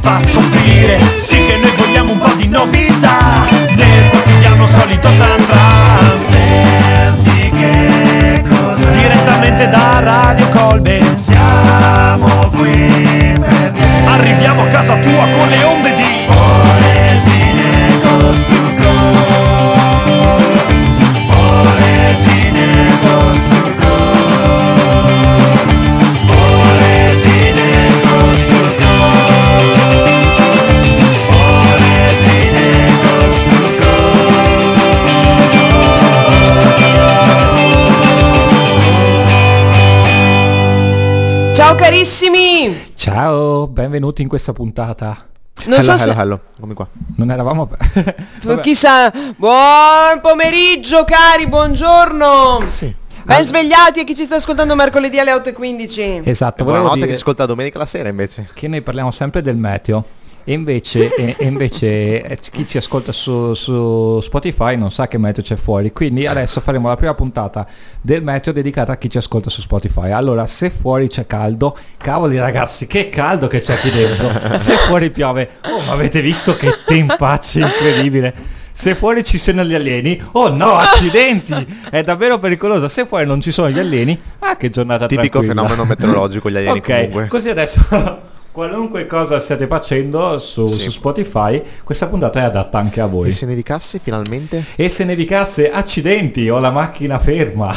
fa scoprire. Sì che noi vogliamo un po' di novità nel quotidiano solito tantra. Senti che cos'è? Direttamente da Radio Colbe siamo qui per te. Arriviamo a casa tua con le onde di Polesine Costrucco. Polesine Costrucco. Polesine Costrucco. Polesine Costrucco. Ciao carissimi! Ciao, benvenuti in questa puntata. Non so se... Hello, come qua. Non eravamo... Vabbè. Chissà... Buon pomeriggio cari, buongiorno! Sì. Ben svegliati a chi ci sta ascoltando mercoledì alle 8:15. Esatto, volevo Buonanotte dire che ci ascolta domenica la sera invece. che noi parliamo sempre del meteo e invece chi ci ascolta su Spotify non sa che meteo c'è fuori, quindi adesso faremo la prima puntata del meteo dedicata a chi ci ascolta su Spotify. Allora, se fuori c'è caldo, cavoli ragazzi, che caldo che c'è qui dentro. Se fuori piove, oh, ma avete visto che tempaccio incredibile. Se fuori ci sono gli alieni, oh no, accidenti, è davvero pericoloso. Se fuori non ci sono gli alieni, che giornata Tipico tranquilla. fenomeno meteorologico, gli alieni Ok, comunque. così adesso qualunque cosa stiate facendo su Spotify, questa puntata è adatta anche a voi. E se nevicasse finalmente? E se nevicasse, accidenti, ho la macchina ferma.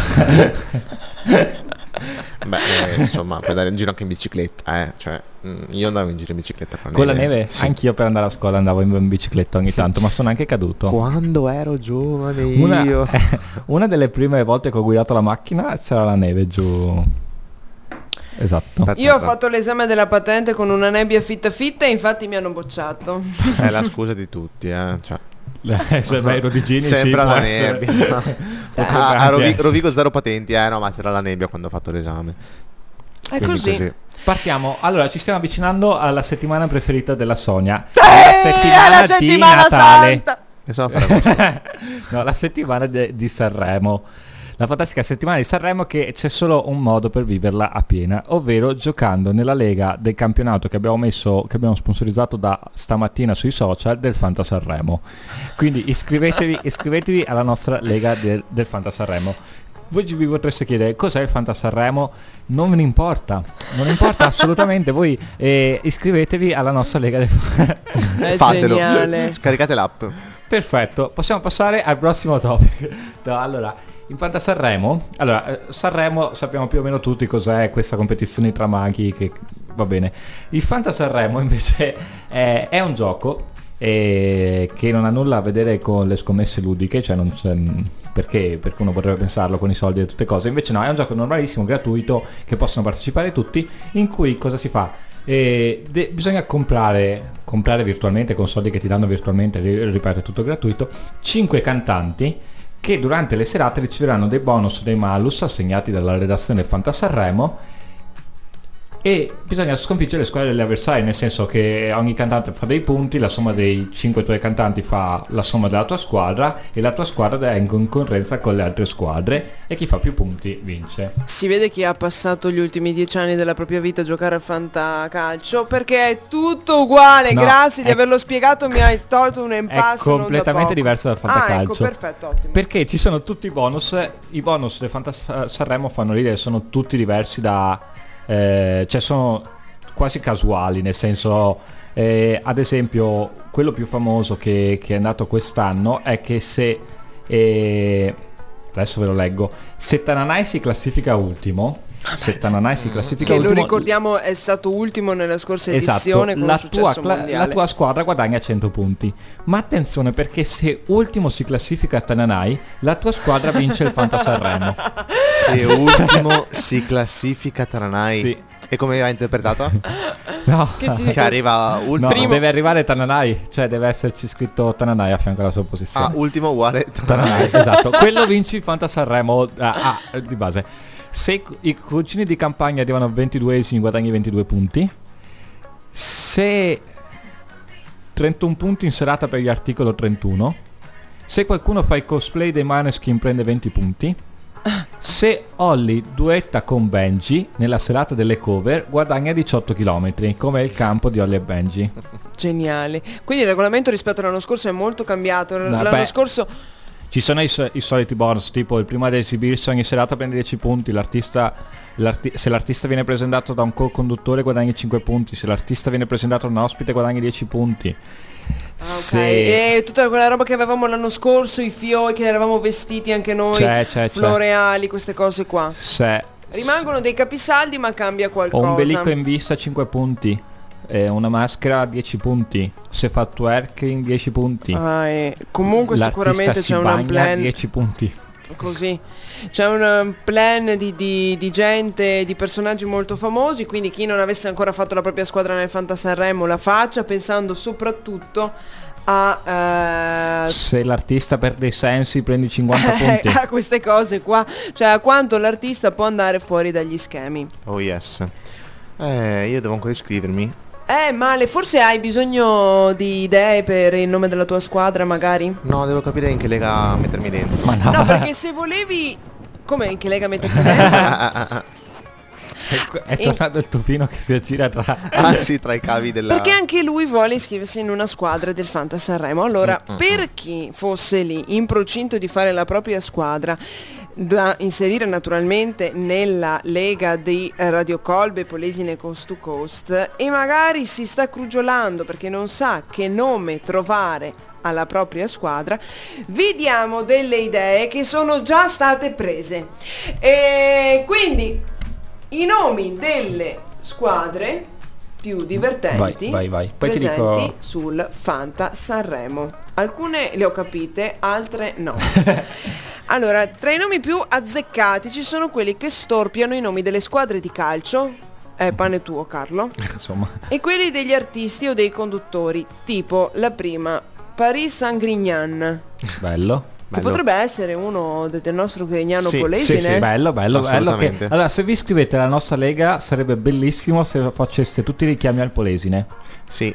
Beh, insomma, puoi andare in giro anche in bicicletta, cioè, io andavo in giro in bicicletta Con la neve? Sì. Anch'io per andare a scuola andavo in bicicletta ogni tanto, ma sono anche caduto. Quando ero giovane io. Una delle prime volte che ho guidato la macchina c'era la neve giù. Esatto. Io ho fatto l'esame della patente con una nebbia fitta fitta e infatti mi hanno bocciato. È la scusa di tutti, cioè. Se vai Rodigini Sembra sì, la può essere. nebbia. Potrebbe A anche essere. Rovigo zero patenti, no, ma c'era la nebbia quando ho fatto l'esame. È Quindi così. Partiamo, allora ci stiamo avvicinando alla settimana preferita della Sonia. È la settimana santa! E sono a fare questo. No, la settimana di Sanremo. La fantastica settimana di Sanremo, che c'è solo un modo per viverla a piena, ovvero giocando nella lega del campionato che abbiamo sponsorizzato da stamattina sui social del Fanta Sanremo. Quindi iscrivetevi alla nostra lega del Fanta Sanremo. Voi vi potreste chiedere cos'è il Fanta Sanremo? Non ve ne importa, non importa assolutamente. Voi iscrivetevi alla nostra lega del È Fatelo. geniale. Scaricate l'app. Perfetto, possiamo passare al prossimo topic. No, allora, in Fanta Sanremo, Sanremo sappiamo più o meno tutti cos'è questa competizione tra maghi, che va bene. Il Fanta Sanremo invece è un gioco che non ha nulla a vedere con le scommesse ludiche, cioè non c'è, perché uno potrebbe pensarlo con i soldi e tutte cose, invece no, è un gioco normalissimo, gratuito, che possono partecipare tutti, in cui cosa si fa? Bisogna comprare virtualmente, con soldi che ti danno virtualmente, ripeto, è tutto gratuito, 5 cantanti che durante le serate riceveranno dei bonus, dei malus assegnati dalla redazione Fanta Sanremo, e bisogna sconfiggere le squadre degli avversari, nel senso che ogni cantante fa dei punti, la somma dei 5 tuoi cantanti fa la somma della tua squadra e la tua squadra è in concorrenza con le altre squadre e chi fa più punti vince. Si vede chi ha passato gli ultimi 10 anni della propria vita a giocare al fantacalcio, perché è tutto uguale. No, Grazie di è- averlo spiegato, mi hai tolto un È impasse non da completamente poco. diverso dal fantacalcio. Ecco, perfetto, ottimo. Perché ci sono tutti i bonus del Fanta Sanremo fanno ridere, sono tutti diversi cioè sono quasi casuali, nel senso, ad esempio quello più famoso che è andato quest'anno è che se adesso ve lo leggo, se Tananai si classifica ultimo, Che lo ricordiamo è stato ultimo nella scorsa edizione, con un successo mondiale. la tua squadra guadagna 100 punti. Ma attenzione, perché se ultimo si classifica Tananai, la tua squadra vince il Fanta Sanremo. Se ultimo si classifica Taranai. Sì. E come va interpretata? No, Che arriva ultimo. no, deve arrivare Tananai, cioè deve esserci scritto Tananai a fianco alla sua posizione. Ultimo uguale Tananai, esatto. Quello vinci il Fanta Sanremo di base. Se i cugini di campagna arrivano 22esimi, guadagni 22 punti. Se 31 punti in serata per gli articolo 31. Se qualcuno fa il cosplay dei Maneskin prende 20 punti. Se Holly duetta con Benji nella serata delle cover guadagna 18 km, come il campo di Holly e Benji. Geniale. Quindi il regolamento rispetto all'anno scorso è molto cambiato. L'anno Vabbè. scorso Ci sono i soliti bonus, tipo il prima di esibirsi ogni serata prende 10 punti, se l'artista viene presentato da un co-conduttore guadagni 5 punti, se l'artista viene presentato da un ospite guadagni 10 punti. ok. E tutta quella roba che avevamo l'anno scorso, i fiori che eravamo vestiti anche noi, C'è. floreali, queste cose qua. Se Rimangono dei capisaldi ma cambia qualcosa. ho un ombelico in vista 5 punti, una maschera 10 punti, se fa twerking 10 punti. Comunque L'artista sicuramente si c'è un bagna, plan 10 punti. così. C'è un plan di gente, di personaggi molto famosi, quindi chi non avesse ancora fatto la propria squadra nel Fanta Sanremo la faccia, pensando soprattutto a Se l'artista perde i sensi prendi 50 punti. a queste cose qua, cioè a quanto l'artista può andare fuori dagli schemi. Oh yes. Io devo ancora iscrivermi. Male, forse hai bisogno di idee per il nome della tua squadra magari? No, devo capire in che lega mettermi dentro. Ma no, No, perché se volevi... Come in che lega metterti dentro? è tornato il tufino che si aggira tra... Ah sì, tra i cavi della... Perché anche lui vuole iscriversi in una squadra del Fanta Sanremo. Allora, per chi fosse lì in procinto di fare la propria squadra, da inserire naturalmente nella lega di Radio Colbe Polesine Coast to Coast, e magari si sta crogiolando perché non sa che nome trovare alla propria squadra, vi diamo delle idee che sono già state prese. E quindi i nomi delle squadre più divertenti Vai. Poi ti presenti dico... sul Fanta Sanremo. Alcune le ho capite, altre no. Allora, tra i nomi più azzeccati ci sono quelli che storpiano i nomi delle squadre di calcio, pane tuo Carlo, Insomma, e quelli degli artisti o dei conduttori, tipo la prima, Paris Saint-Grignan, bello. che potrebbe essere uno del nostro Grignano Sì, Polesine. Sì, bello che... Assolutamente. Allora, se vi iscrivete alla nostra lega sarebbe bellissimo se faceste tutti i richiami al Polesine. Sì.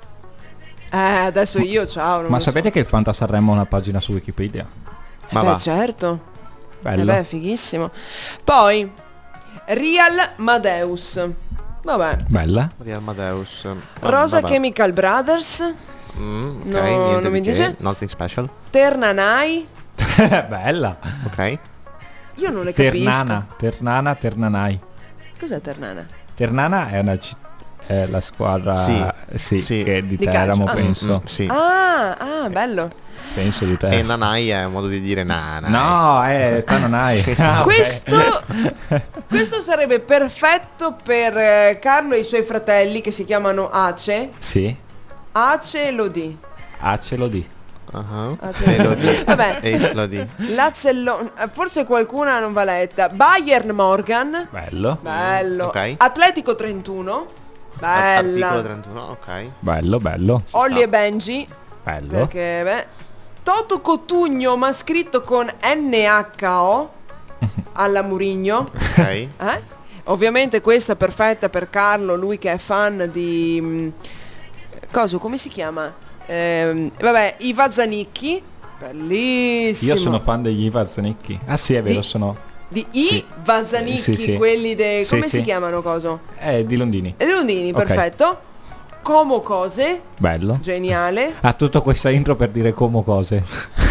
Adesso io ciao. non Ma lo so. sapete che il Fanta Sanremo ha una pagina su Wikipedia? Ma Beh, va. certo. Bello. Fighissimo. Poi Real Madeus. Vabbè. Bella. Real Amadeus. Rosa Vabbè. Chemical Brothers. Ok, No, niente non mi di che, dice. nothing special. Ternanai. Bella. Ok. Io non le capisco. Ternanai. Cos'è Ternana? Ternana è è la squadra Sì. che è di Di Teramo, calcio. penso. Sì. Bello. Penso di E Teramo. Nanai è un modo di dire nana. No, Ternanai. Ah, ok. Questo sarebbe perfetto per Carlo e i suoi fratelli che si chiamano Ace. Sì. Ace e Lodi. Ce lo di. Ace e Lodi. Vabbè. Ace Lodi. Lazzellon, forse qualcuna non va letta. Bayern Morgan. Bello. Bello. Ok. Atletico 31. Bella. Articolo 31, ok. Bello. Olli sta. e Benji. Bello. Perché beh. Toto Cotugno, ma scritto con NHO alla Murigno. Ok. Ovviamente questa è perfetta per Carlo, lui che è fan di come si chiama? Vabbè, Iva Zanicchi. Bellissimo. Io sono fan degli Iva Zanicchi. Ah sì, è vero, Di- sono... di Sì. Iva Zanicchi, Sì. quelli dei... Sì, come si sì. chiamano coso? Di Londini. E Lundini, Ok. perfetto. Como Cose, Bello. geniale. Ha tutto questa intro per dire come cose.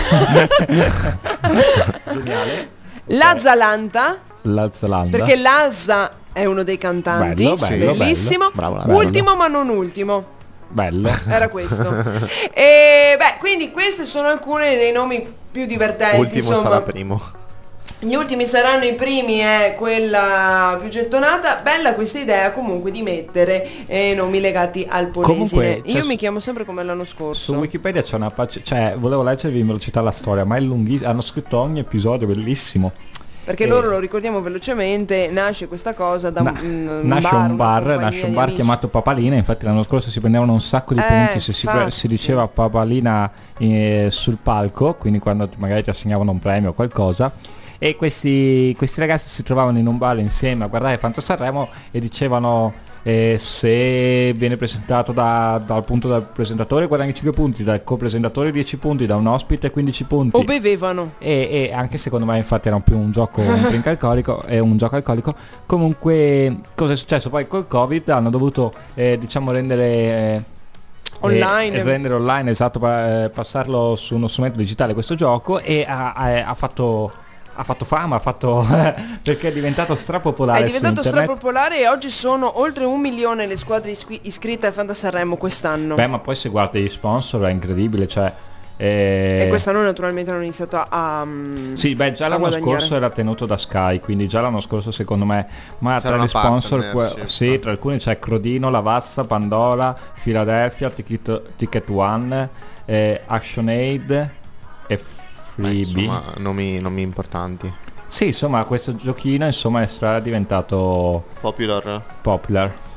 Geniale. La Zalanta, La Zalanda. perché Lazza è uno dei cantanti. Bello, bellissimo. Bravo, Lazza. Ultimo ma non ultimo. Bello. Era questo. E beh, quindi questi sono alcuni dei nomi più divertenti. Ultimo insomma. sarà primo. Gli ultimi saranno i primi, è quella più gettonata. Bella questa idea comunque di mettere nomi legati al Polesine. Comunque, Io c'è mi chiamo sempre come l'anno scorso. Su Wikipedia c'è una pagina, cioè volevo leggervi in velocità la storia, ma è lunghissima, hanno scritto ogni episodio, bellissimo. Perché loro lo ricordiamo velocemente, nasce questa cosa da Nasce un una bar compagnia di amici. chiamato Papalina, infatti l'anno scorso si prendevano un sacco di punti se infatti. si diceva Papalina sul palco, quindi quando magari ti assegnavano un premio o qualcosa. E questi ragazzi si trovavano in un bar insieme a guardare Fanta Sanremo e dicevano se viene presentato dal punto del presentatore guadagni 5 punti, dal co-presentatore 10 punti, da un ospite 15 punti. O bevevano. E anche secondo me infatti era più un gioco un drink alcolico e un gioco alcolico. Comunque cosa è successo? Poi col Covid hanno dovuto diciamo rendere Online. Online, esatto, passarlo su uno strumento digitale questo gioco, e ha fatto fama, perché è diventato strapopolare. È diventato su internet. strapopolare e oggi sono oltre 1 milione le squadre iscritte al Fanta Sanremo quest'anno. Beh, ma poi se guardi gli sponsor è incredibile, cioè e quest'anno naturalmente hanno iniziato a sì, beh, già l'anno guadagnare. scorso era tenuto da Sky, quindi già l'anno scorso secondo me, ma C'era tra gli una sponsor partnership. sì, tra alcuni c'è Crodino, Lavazza, Pandora, Philadelphia, Ticket One, ActionAid e Freebie. Insomma, nomi importanti. Sì, insomma, questo giochino insomma sarà diventato Popular. popular.